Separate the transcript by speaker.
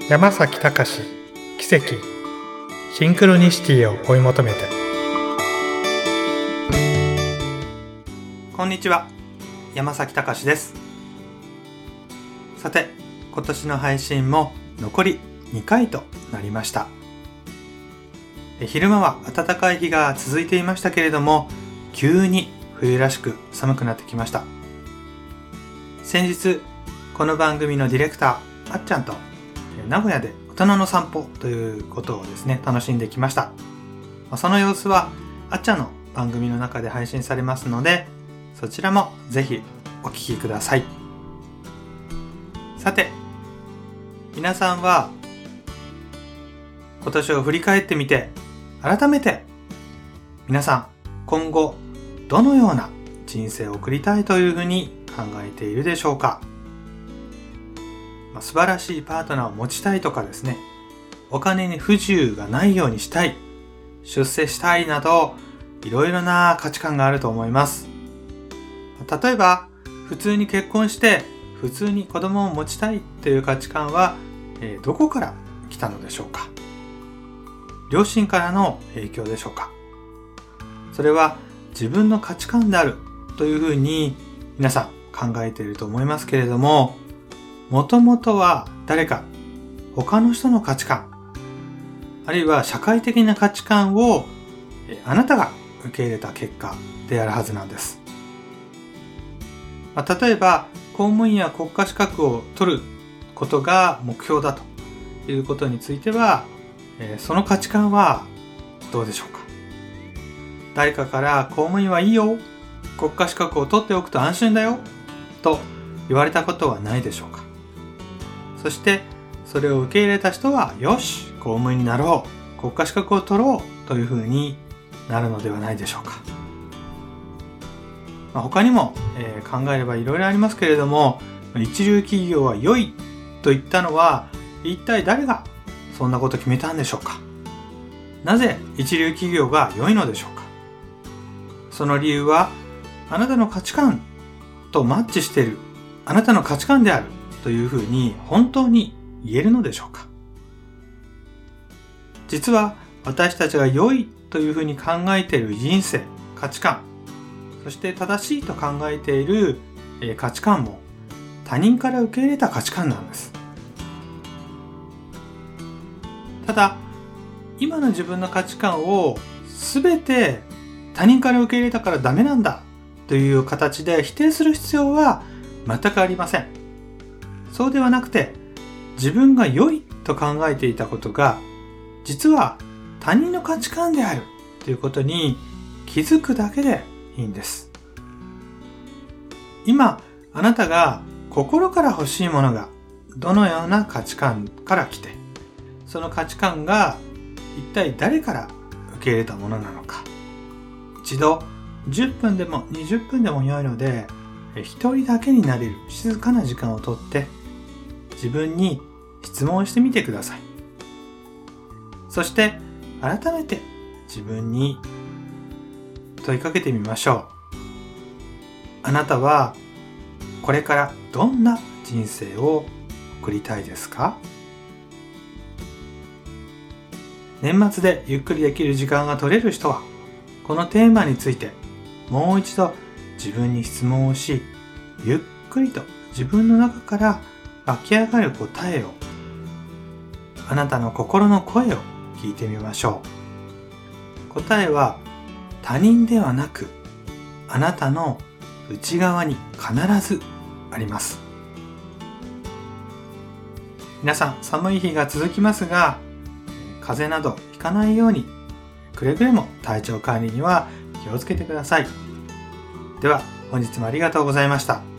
Speaker 1: 山崎隆奇跡シンクロニシティを追い求めて。
Speaker 2: こんにちは、山崎隆です。さて、今年の配信も残り2回となりました。昼間は暖かい日が続いていましたけれども、急に冬らしく寒くなってきました。先日この番組のディレクターあっちゃんと名古屋で大人の散歩ということをですね楽しんできました。その様子はあっちゃんの番組の中で配信されますので、そちらもぜひお聞きください。さて、皆さんは今年を振り返ってみて、改めて皆さん今後どのような人生を送りたいというふうに考えているでしょうか。素晴らしいパートナーを持ちたいとかですね、お金に不自由がないようにしたい、出世したいなど、いろいろな価値観があると思います。例えば、普通に結婚して普通に子供を持ちたいという価値観は、どこから来たのでしょうか。両親からの影響でしょうか。それは自分の価値観であるというふうに皆さん考えていると思いますけれども、もともとは誰か他の人の価値観、あるいは社会的な価値観をあなたが受け入れた結果であるはずなんです。例えば公務員や国家資格を取ることが目標だということについては、その価値観はどうでしょうか。誰かから公務員はいいよ、国家資格を取っておくと安心だよと言われたことはないでしょうか。そしてそれを受け入れた人は、よし公務員になろう、国家資格を取ろうというふうになるのではないでしょうか。他にも、考えればいろいろありますけれども、一流企業は良いと言ったのは一体誰がそんなこと決めたんでしょうか。なぜ一流企業が良いのでしょうか。その理由はあなたの価値観とマッチしている、あなたの価値観であるというふうに本当に言えるのでしょうか。実は私たちが良いというふうに考えている人生、価値観、そして正しいと考えている価値観も他人から受け入れた価値観なんです。ただ、今の自分の価値観を全て他人から受け入れたからダメなんだという形で否定する必要は全くありません。そうではなくて、自分が良いと考えていたことが実は他人の価値観であるということに気づくだけでいいんです。今あなたが心から欲しいものがどのような価値観から来て、その価値観が一体誰から受け入れたものなのか、一度10分でも20分でも良いので、一人だけになれる静かな時間をとって自分に質問をしてみてください。そして改めて自分に問いかけてみましょう。あなたはこれからどんな人生を送りたいですか？年末でゆっくりできる時間が取れる人は、このテーマについてもう一度自分に質問をし、ゆっくりと自分の中から湧き上がる答えを、あなたの心の声を聞いてみましょう。答えは他人ではなく、あなたの内側に必ずあります。皆さん、寒い日が続きますが、風邪などひかないように、くれぐれも体調管理には気をつけてください。では、本日もありがとうございました。